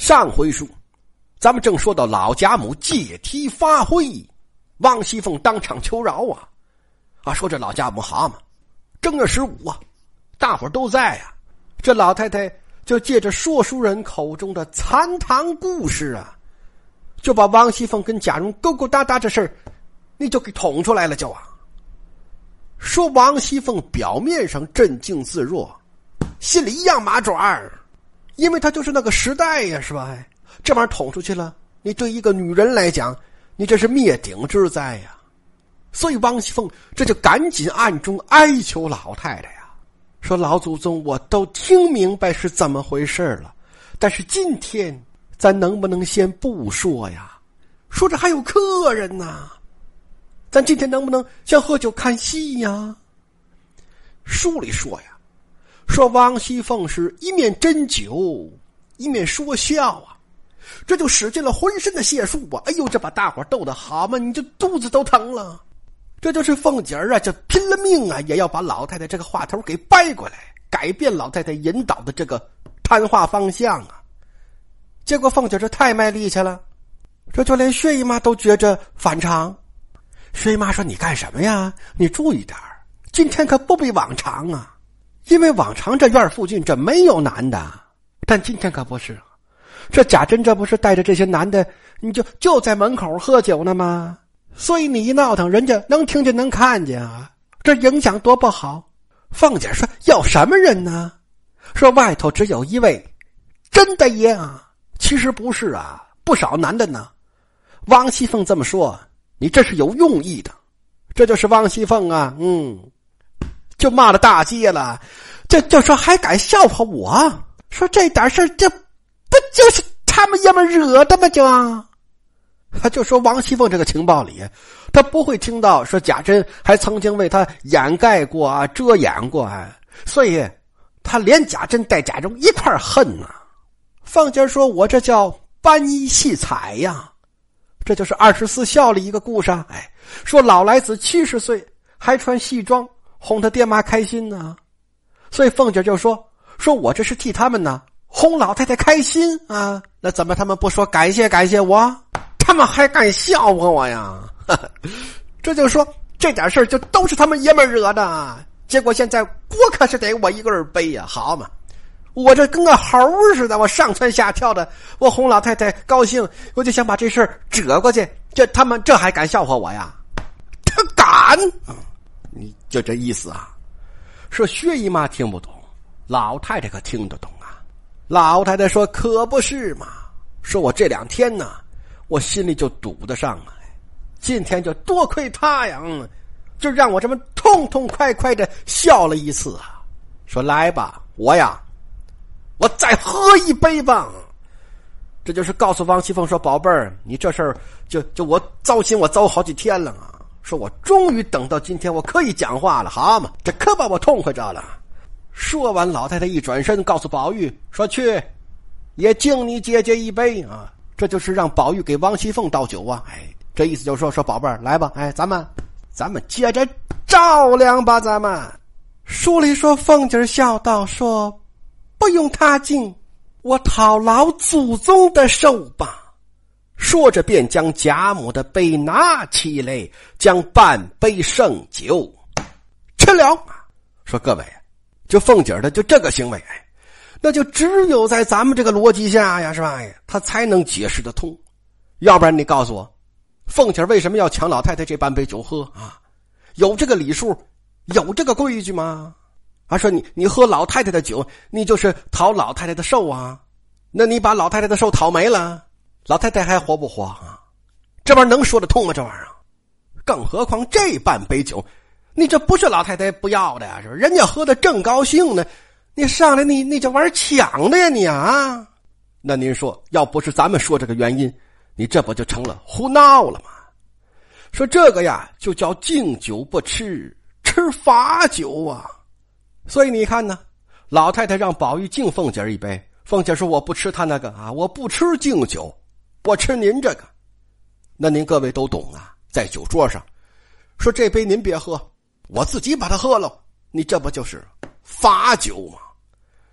上回书咱们正说到老贾母借题发挥，王熙凤当场求饶说这老贾母好嘛，正月15大伙都在这老太太就借着说书人口中的残唐故事就把王熙凤跟贾蓉勾勾搭搭这事儿你就给捅出来了说王熙凤表面上镇静自若，心里一样麻爪因为她就是那个时代是吧？这玩意儿捅出去了，你对一个女人来讲，你这是灭顶之灾所以王熙凤这就赶紧暗中哀求老太太说老祖宗我都听明白是怎么回事了，但是今天咱能不能先不说说这还有客人咱今天能不能先喝酒看戏书里说说王熙凤是一面斟酒一面说笑这就使尽了浑身的解数哎呦，这把大伙逗得好嘛，你这肚子都疼了。这就是凤姐就拼了命也要把老太太这个话头给掰过来，改变老太太引导的这个谈话方向结果凤姐这太卖力气了，这就连薛姨妈都觉着反常。薛姨妈说你干什么呀，你注意点今天可不比往常因为往常这院附近这没有男的，但今天可不是这贾珍这不是带着这些男的你就在门口喝酒呢吗？所以你一闹腾人家能听见能看见这影响多不好。凤姐说要什么人呢？说外头只有一位真的爷其实不是不少男的呢。王熙凤这么说你这是有用意的，这就是王熙凤就骂了大街了，就说还敢笑话我，说这点事这不就是他们爷们惹的吗？他就说王熙凤这个情报里他不会听到说贾珍还曾经为他掩盖过遮掩过所以他连贾珍带贾蓉一块恨凤姐说我这叫搬衣戏彩这就是24孝里一个故事说老来子70岁还穿戏装哄他爹妈开心所以凤姐就说我这是替他们哄老太太开心那怎么他们不说感谢感谢我，他们还敢笑话我这就说这点事儿就都是他们爷们惹的，结果现在锅可是得我一个人背好嘛，我这跟个猴似的，我上蹿下跳的，我哄老太太高兴，我就想把这事儿折过去，他们这还敢笑话我他敢你就这意思说薛姨妈听不懂，老太太可听得懂老太太说可不是嘛，说我这2天我心里就堵得上今天就多亏他就让我这么痛痛快快的笑了一次说来吧我再喝一杯吧。这就是告诉王熙凤说宝贝儿，你这事儿就我糟心我糟好几天了说我终于等到今天我可以讲话了好嘛，这可把我痛快着了。说完老太太一转身告诉宝玉说去也敬你姐姐一杯这就是让宝玉给王熙凤倒酒这意思就是说宝贝儿来吧咱们接着照亮吧咱们。书里说凤姐笑道说不用他敬，我讨老祖宗的寿吧。说着便将贾母的杯拿起来，将半杯盛酒吃了说各位就凤姐的就这个行为那就只有在咱们这个逻辑下是吧他才能解释得通，要不然你告诉我凤姐为什么要抢老太太这半杯酒喝有这个礼数有这个规矩吗？说你喝老太太的酒你就是讨老太太的寿那你把老太太的寿讨没了，老太太还活不活这玩意儿能说得通吗？这玩意儿更何况这半杯酒你这不是老太太不要的是吧？人家喝的正高兴呢，你上来你这玩意儿抢的呀你那您说要不是咱们说这个原因，你这不就成了胡闹了吗？说这个就叫敬酒不吃，吃罚酒所以你看呢，老太太让宝玉敬凤姐一杯，凤姐说我不吃他那个我不吃敬酒，我吃您这个。那您各位都懂在酒桌上说这杯您别喝，我自己把它喝了，你这不就是罚酒吗？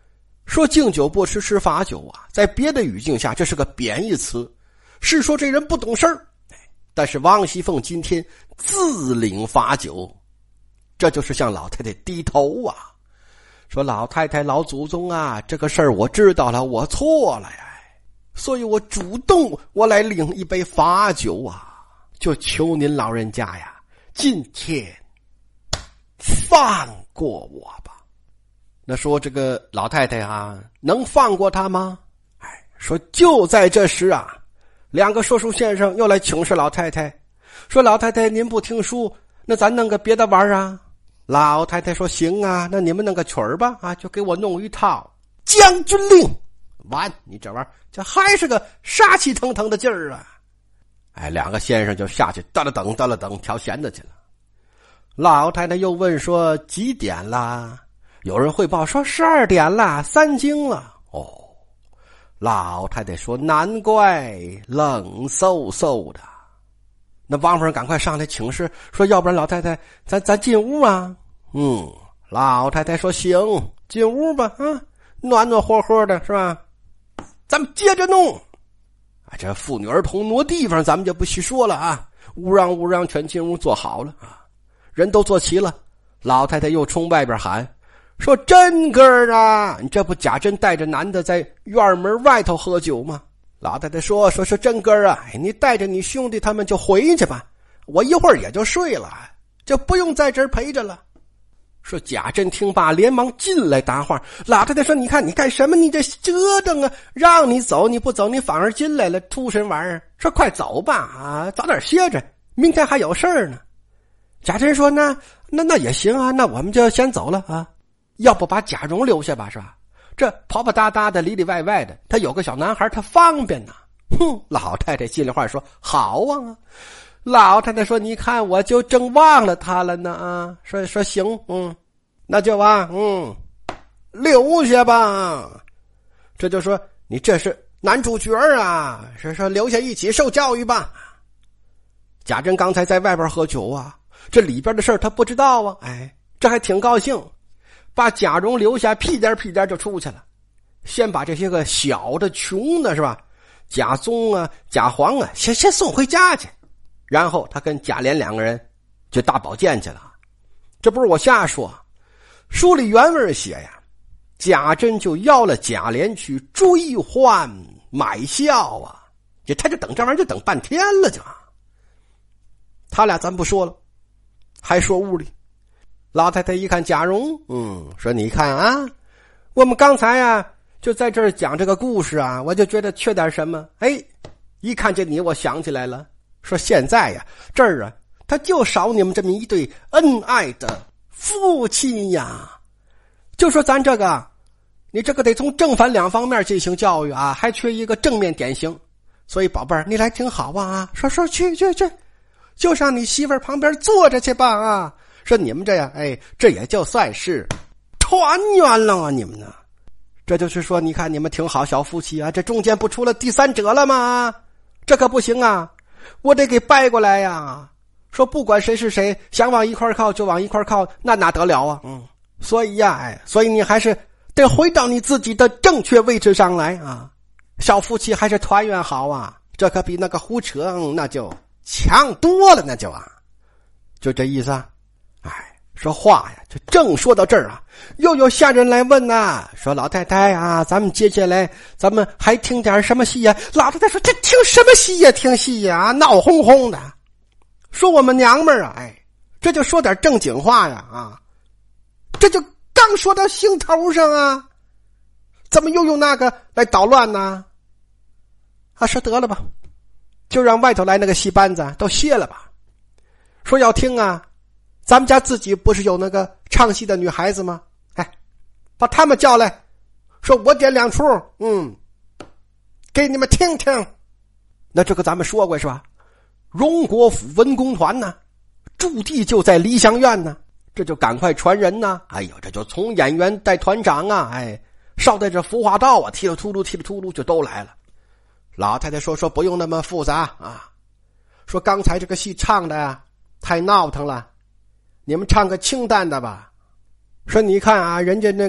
说敬酒不吃吃罚酒啊，在别的语境下这是个贬义词，是说这人不懂事儿。但是王熙凤今天自领罚酒，这就是向老太太低头啊，说老太太老祖宗啊，这个事儿我知道了，我错了呀，所以我主动我来领一杯罚酒啊，就求您老人家呀，今天放过我吧。那说这个老太太啊，能放过他吗？说就在这时啊，两个说书先生又来请示老太太，说老太太您不听书，那咱弄个别的玩啊。老太太说行啊，那你们弄个曲儿吧，啊，就给我弄一套将军令。完，你这玩意儿这还是个杀气腾腾的劲儿啊。两个先生就下去哒了等调弦子去了。老太太又问说几点啦？有人汇报说12点了，3更了。老太太说难怪冷飕飕的。那王夫人赶快上来请示，说要不然老太太咱进屋啊。老太太说行，进屋吧，啊，暖暖和和的是吧？咱们接着弄。这妇女儿童挪地方咱们就不细说了啊，乌嚷全进屋坐好了啊，人都坐齐了。老太太又冲外边喊说真哥儿啊，你这不贾珍带着男的在院门外头喝酒吗？老太太说真哥儿啊，你带着你兄弟他们就回去吧，我一会儿也就睡了，就不用在这儿陪着了。说贾珍听罢连忙进来答话。老太太说你看你干什么，你这折腾啊，让你走你不走，你反而进来了，秃神玩意儿。说快走吧啊，早点歇着，明天还有事儿呢。贾珍说那也行啊，那我们就先走了啊，要不把贾蓉留下吧，是吧？这跑跑哒哒的里里外外的，他有个小男孩他方便呐。老太太心里话说好啊。老太太说你看我就正忘了他了呢啊，说行，那就留下吧。这就说你这是男主角啊，说留下一起受教育吧。贾珍刚才在外边喝酒啊，这里边的事儿他不知道啊，这还挺高兴，把贾蓉留下，屁颠就出去了。先把这些个小的穷的是吧，贾宗啊贾黄啊先送回家去，然后他跟贾琏两个人就大保健去了。这不是我瞎说，书里原文写呀，贾珍就邀了贾琏去追欢买笑啊，他就等这玩意儿就等半天了就。他俩咱不说了，还说屋里。老太太一看贾蓉，说你看啊，我们刚才啊就在这儿讲这个故事啊，我就觉得缺点什么，一看见你我想起来了，说现在呀这儿啊他就少你们这么一对恩爱的夫妻呀。就说咱这个你这个得从正反两方面进行教育啊，还缺一个正面典型。所以宝贝儿你来挺好啊，说去，就上你媳妇儿旁边坐着去吧啊。说你们这样这也就算是团圆了啊，你们呢？这就是说你看你们挺好小夫妻啊，这中间不出了第三者了吗？这可不行啊，我得给掰过来呀。说不管谁是谁，想往一块靠就往一块靠，那哪得了啊？所以呀所以你还是得回到你自己的正确位置上来啊。小夫妻还是团圆好啊，这可比那个胡扯那就强多了，那就这意思啊。说话呀就正说到这儿啊，又有下人来问啊，说老太太啊，咱们接下来咱们还听点什么戏呀？老太太说这听什么戏呀？听戏呀，闹哄哄的。说我们娘们儿啊，这就说点正经话呀啊，这就刚说到兴头上啊，怎么又用那个来捣乱呢？说得了吧，就让外头来那个戏班子都歇了吧。说要听啊，咱们家自己不是有那个唱戏的女孩子吗？把他们叫来，说我点两出，给你们听听。那这个咱们说过是吧？荣国府文工团呢，驻地就在梨香院呢，这就赶快传人呢。这就从演员带团长啊，捎带着服化道啊，踢了秃噜就都来了。老太太说不用那么复杂啊，说刚才这个戏唱的啊太闹腾了，你们唱个清淡的吧。说你看啊，人家那个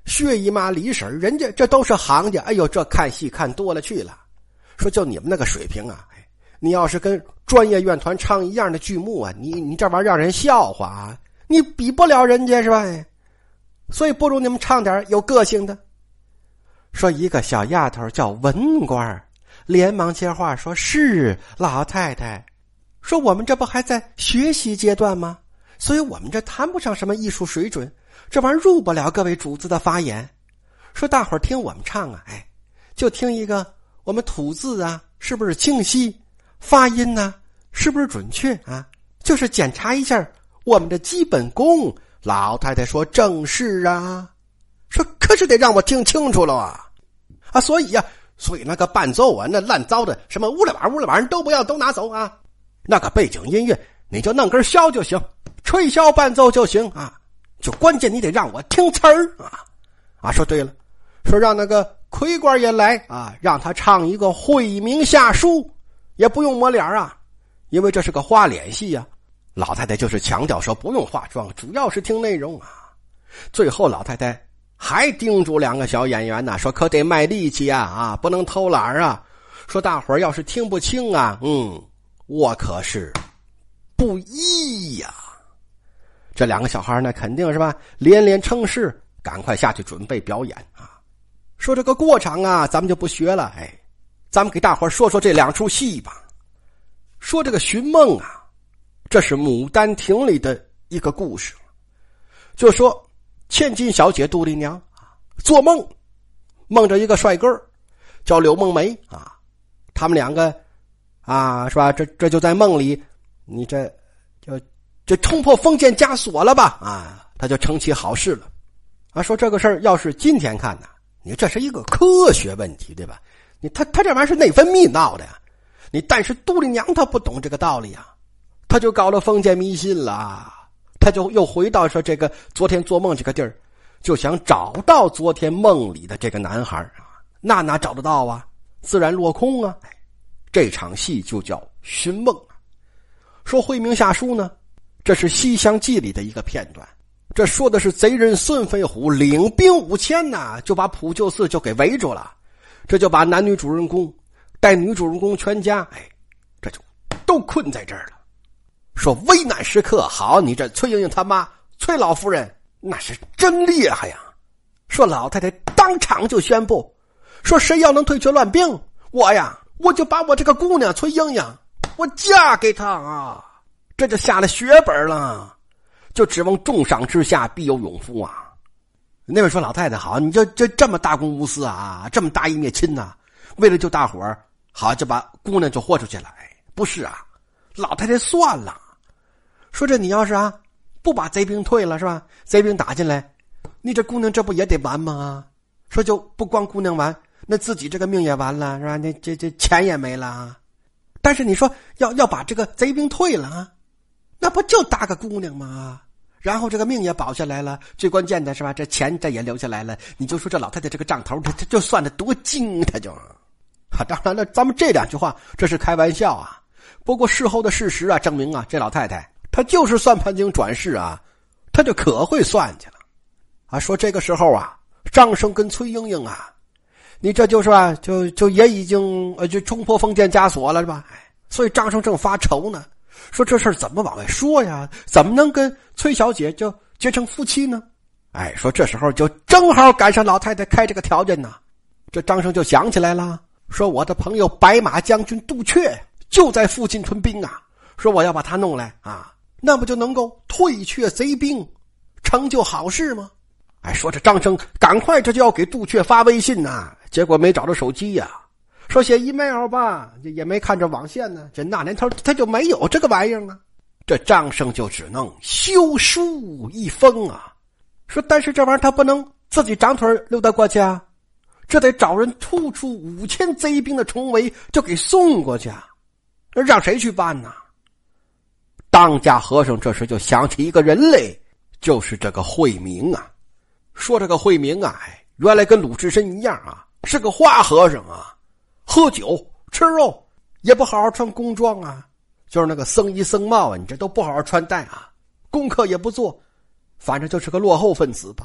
薛姨妈、李婶人家这都是行家，哎呦，这看戏看多了去了。说就你们那个水平啊，你要是跟专业院团唱一样的剧目啊，你这玩意儿让人笑话啊，你比不了人家是吧？所以不如你们唱点有个性的。说一个小丫头叫文官，连忙接话说：“是老太太。”说我们这不还在学习阶段吗？所以我们这谈不上什么艺术水准，这玩意儿入不了各位主子的法眼。说大伙儿听我们唱啊，就听一个我们吐字啊是不是清晰，发音呢是不是准确啊，就是检查一下我们的基本功。老太太说：“正是啊。”说可是得让我听清楚了啊！所以那个伴奏啊，那烂糟的什么乌拉瓦都不要，都拿走啊！那个背景音乐你就弄根箫就行，吹箫伴奏就行啊！就关键你得让我听词儿啊！说对了，说让那个魁官也来啊，让他唱一个慧明下书，也不用抹脸啊，因为这是个花脸戏啊。老太太就是强调说不用化妆，主要是听内容啊。最后老太太还叮嘱两个小演员呢，说可得卖力气啊，不能偷懒啊。说大伙儿要是听不清啊，我可是不依呀。这两个小孩呢，肯定是吧，连连称是，赶快下去准备表演啊。说这个过场啊，咱们就不学了，咱们给大伙儿说说这两出戏吧。说这个寻梦啊，这是《牡丹亭》里的一个故事。就说千金小姐杜丽娘做梦，梦着一个帅哥叫柳梦梅啊，他们两个啊，是吧？这就在梦里，你这冲破封建枷锁了吧？啊，他就成其好事了啊。说这个事儿要是今天看呢，你这是一个科学问题，对吧？他这玩意儿是内分泌闹的呀。但是杜丽娘她不懂这个道理啊，她就搞了封建迷信了。他就又回到说这个昨天做梦这个地儿，就想找到昨天梦里的这个男孩啊，那哪找得到啊？自然落空啊。这场戏就叫寻梦。说慧明下书呢，这是《西厢记》里的一个片段，这说的是贼人孙飞虎领兵5000呐，就把普救寺就给围住了，这就把男女主人公带女主人公全家这就都困在这儿了。说危难时刻，好，你这崔莺莺他妈崔老夫人那是真厉害呀。说老太太当场就宣布，说谁要能退却乱兵，我就把我这个姑娘崔莺莺我嫁给他啊。这就下了血本了，就指望重赏之下必有勇夫啊。那位说老太太好，你这么大公无私啊，这么大义灭亲啊，为了救大伙儿，好就把姑娘就豁出去了。不是啊，老太太算了，说这你要是不把贼兵退了是吧，贼兵打进来，你这姑娘这不也得完吗？说就不光姑娘完，那自己这个命也完了是吧，那这钱也没了。但是你说要把这个贼兵退了那不就搭个姑娘吗？然后这个命也保下来了，最关键的是吧，这钱这也留下来了。你就说这老太太这个账头，他就算得多精，他就当然了，咱们这两句话这是开玩笑啊。不过事后的事实证明这老太太她就是算盘精转世她就可会算去了说这个时候张生跟崔莺莺你这就是就也已经就冲破封建枷锁了是吧？所以张生正发愁呢，说这事儿怎么往外说呀？怎么能跟崔小姐就结成夫妻呢？说这时候就正好赶上老太太开这个条件呢。这张生就想起来了，说我的朋友白马将军杜阙就在附近屯兵说我要把他弄来那不就能够退却贼兵，成就好事吗？说这张生赶快这就要给杜阙发微信结果没找着手机说写 email 吧，也没看着网线呢，这那年头他就没有这个玩意儿这张生就只能修书一封说但是这玩意儿他不能自己长腿溜达过去这得找人突出5000贼兵的重围，就给送过去让谁去办呢？当家和尚这时就想起一个人来，就是这个慧明说这个慧明原来跟鲁智深一样是个花和尚喝酒吃肉，也不好好穿宫装就是那个僧衣僧帽你这都不好好穿戴功课也不做，反正就是个落后分子吧。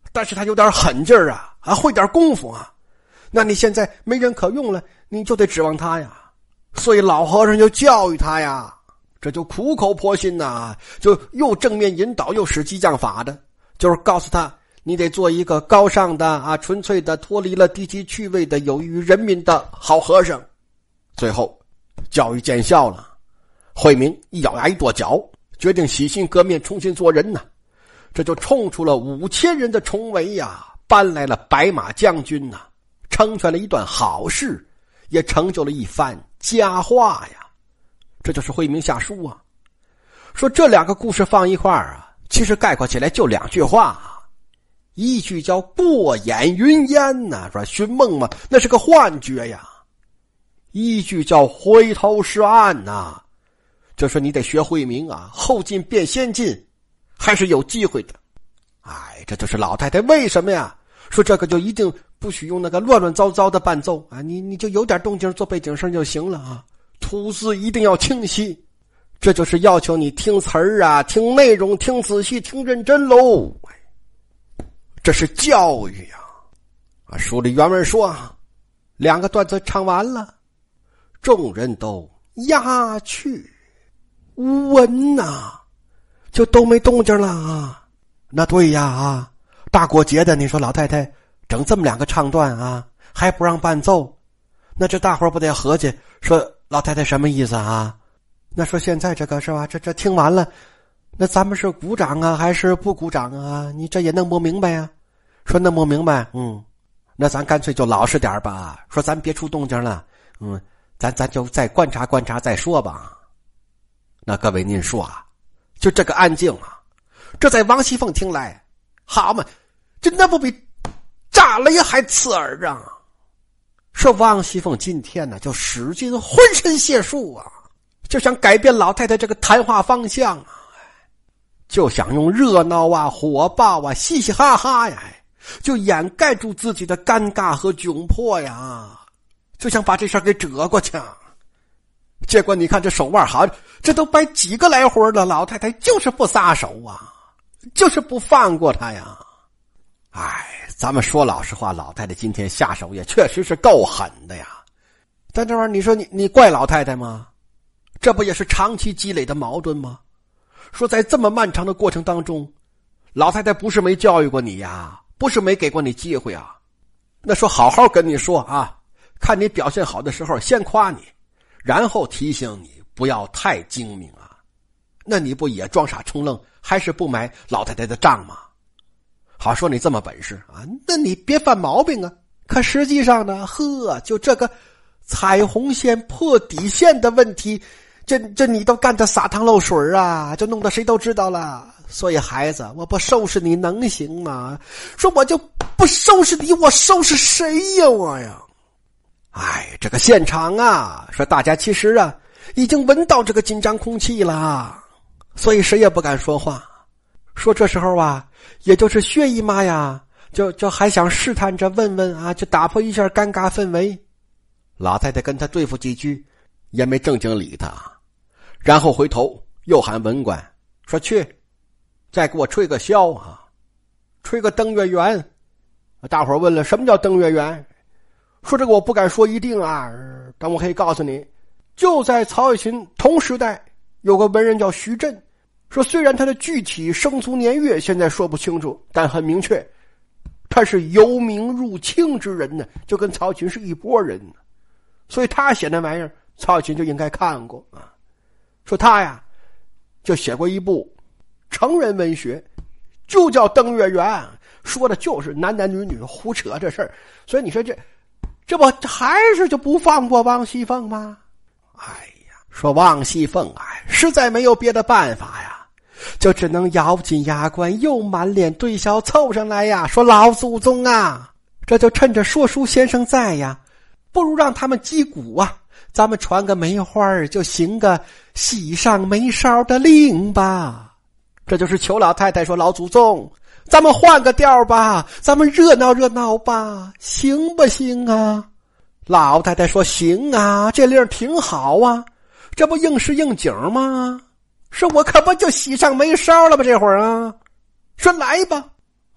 但是他有点狠劲儿啊，会点功夫啊。那你现在没人可用了，你就得指望他呀。所以老和尚就教育他呀，这就苦口婆心呐，就又正面引导又使激将法的，就是告诉他，你得做一个高尚的纯粹的，脱离了低级趣味的，有益于人民的好和尚。最后教育见效了，慧明一咬牙一跺脚，决定洗心革面，重新做人呐。这就冲出了5000人的重围呀，搬来了白马将军呐，成全了一段好事，也成就了一番佳话呀。这就是慧明下书啊。说这两个故事放一块儿啊，其实概括起来就2句话啊。一句叫过眼云烟呐，说寻梦嘛，那是个幻觉呀。一句叫回头是岸呐，就说你得学慧明啊，后进变先进，还是有机会的。这就是老太太为什么呀说这个就一定不许用那个乱乱糟糟的伴奏啊，你就有点动静做背景声就行了啊，吐字一定要清晰。这就是要求你听词儿啊，听内容，听仔细，听认真喽。这是教育啊。书里原文说，2个段子唱完了，众人都鸦去无闻呐，就都没动静了啊。那对呀大过节的，你说老太太整这么2个唱段啊，还不让伴奏，那这大伙不得合计说老太太什么意思啊？那说现在这个是吧，这听完了，那咱们是鼓掌啊还是不鼓掌啊？你这也弄不明白呀。说弄不明白，那咱干脆就老实点吧，说咱别出动静了，咱就再观察观察再说吧。那各位您说就这个安静这在王熙凤听来，好嘛，这那不比炸雷还刺耳啊。说王熙凤今天呢就使尽浑身解数就想改变老太太这个谈话方向就想用热闹火爆嘻嘻哈哈呀，就掩盖住自己的尴尬和窘迫呀，就想把这事儿给折过去。结果你看这手腕好，这都摆几个来回了，老太太就是不撒手就是不放过他呀。咱们说老实话，老太太今天下手也确实是够狠的呀。但这玩意儿你说你怪老太太吗？这不也是长期积累的矛盾吗？说在这么漫长的过程当中，老太太不是没教育过你呀，不是没给过你机会那说好好跟你说看你表现好的时候先夸你，然后提醒你不要太精明那你不也装傻充愣，还是不买老太太的账吗？好说你这么本事那你别犯毛病可实际上呢，就这个彩虹线破底线的问题，这你都干得洒汤漏水就弄得谁都知道了。所以孩子，我不收拾你能行吗？说我就不收拾你，我收拾谁呀我呀？这个现场说大家其实已经闻到这个紧张空气了，所以谁也不敢说话。说这时候也就是薛姨妈呀，就还想试探着问问就打破一下尴尬氛围。老太太跟他对付几句，也没正经理他，然后回头又喊文官说去，再给我吹个箫吹个登月圆。大伙儿问了什么叫登月圆，说这个我不敢说一定但我可以告诉你，就在曹雪芹同时代有个文人叫徐震，说虽然他的具体生卒年月现在说不清楚，但很明确他是由明入清之人呢，就跟曹雪芹是一拨人呢，所以他写那玩意儿曹雪芹就应该看过说他就写过一部成人文学，就叫登月圆，说的就是男男女女胡扯这事儿。所以你说这不还是就不放过王熙凤吗？说王熙凤实在没有别的办法就只能咬紧牙关，又满脸堆笑凑上来说老祖宗这就趁着说书先生在不如让他们击鼓咱们传个梅花，就行个喜上眉梢的令吧。这就是求老太太说老祖宗，咱们换个调吧，咱们热闹热闹吧，行不行老太太说行这令挺好这不应时应景吗？说我可不就喜上眉梢了吗？这会儿说来吧。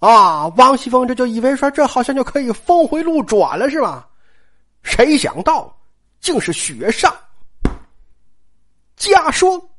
啊，王熙凤这就以为说这好像就可以峰回路转了是吧？谁想到竟是雪上加霜。